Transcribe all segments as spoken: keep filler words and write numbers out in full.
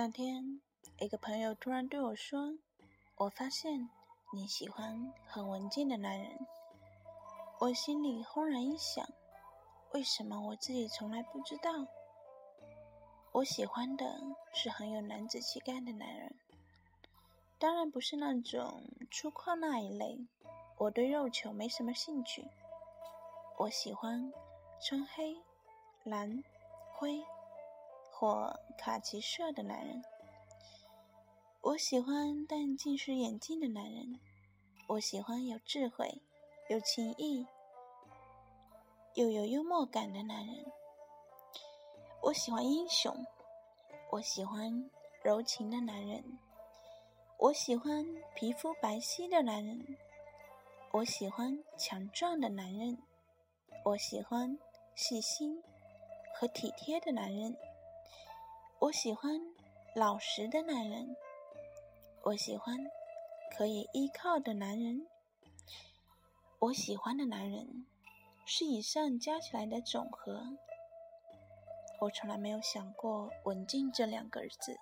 那天，一个朋友突然对我说，我发现你喜欢很文静的男人。我心里轰然一想，为什么我自己从来不知道？我喜欢的是很有男子气概的男人，当然不是那种粗犷那一类，我对肉球没什么兴趣。我喜欢穿黑、蓝、灰或卡其色的男人。我喜欢戴近视眼镜的男人。我喜欢有智慧、有情义、又有幽默感的男人。我喜欢英雄。我喜欢柔情的男人。我喜欢皮肤白皙的男人。我喜欢强壮的男人。我喜欢细心和体贴的男人。我喜欢老实的男人。我喜欢可以依靠的男人。我喜欢的男人是以上加起来的总和。我从来没有想过文静这两个字。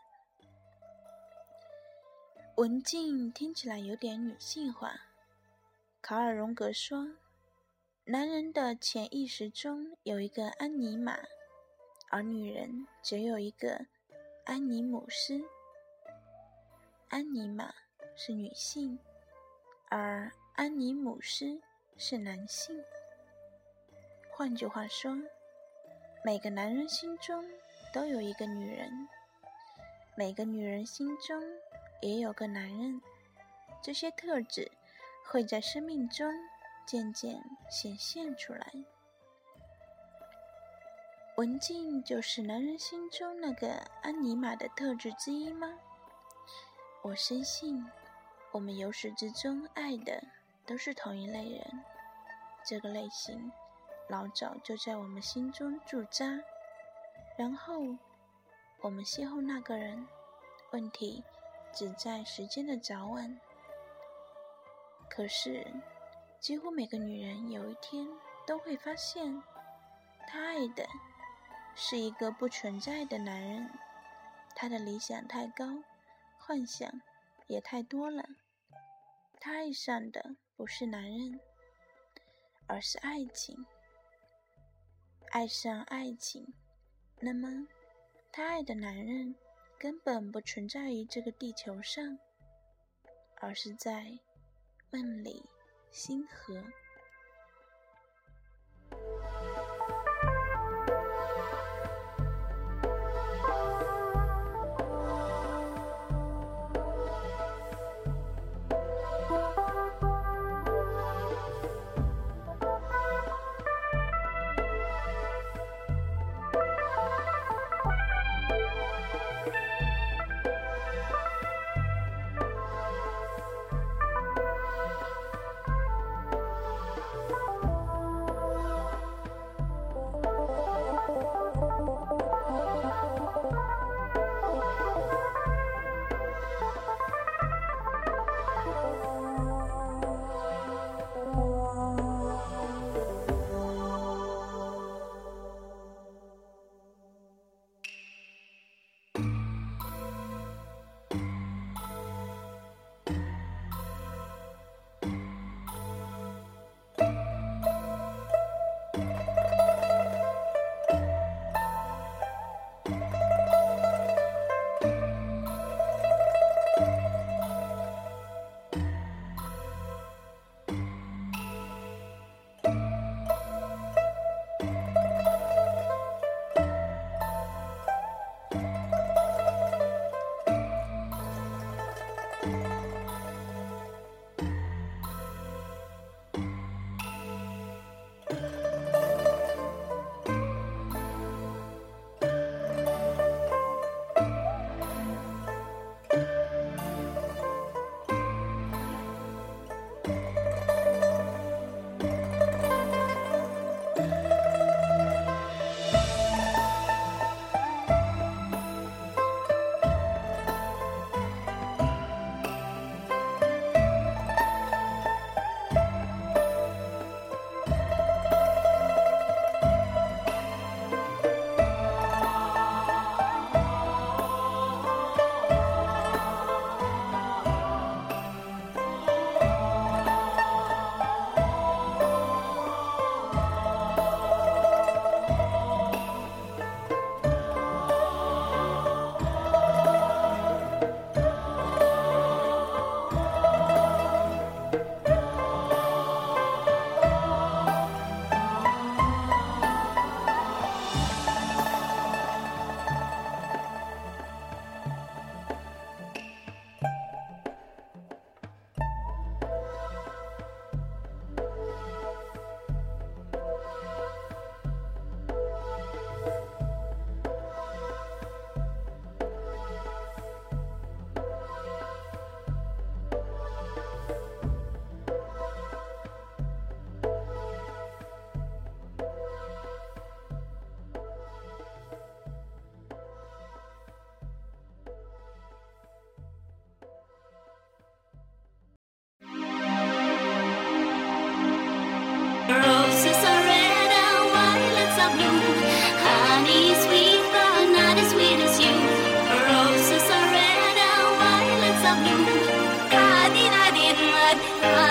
文静听起来有点女性化。卡尔荣格说，男人的潜意识中有一个安妮玛，而女人则有一个安妮姆斯。安妮玛是女性，而安妮姆斯是男性。换句话说，每个男人心中都有一个女人，每个女人心中也有个男人。这些特质会在生命中渐渐显现出来。文静就是男人心中那个安妮玛的特质之一吗？我深信，我们由始至终爱的都是同一类人，这个类型老早就在我们心中驻扎，然后我们邂逅那个人，问题只在时间的早晚。可是，几乎每个女人有一天都会发现，她爱的是一个不存在的男人，她的理想太高，幻想也太多了。她爱上的不是男人，而是爱情。爱上爱情，那么她爱的男人根本不存在于这个地球上，而是在梦里星河。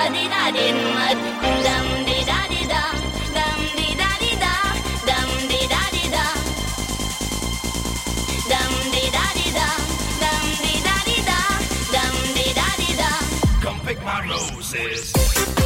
da di da di mud. Dum di da di da, dum di da di da, dum di da di da. Dum di da di da, dum di da di da, dum di da di da. Come pick my roses.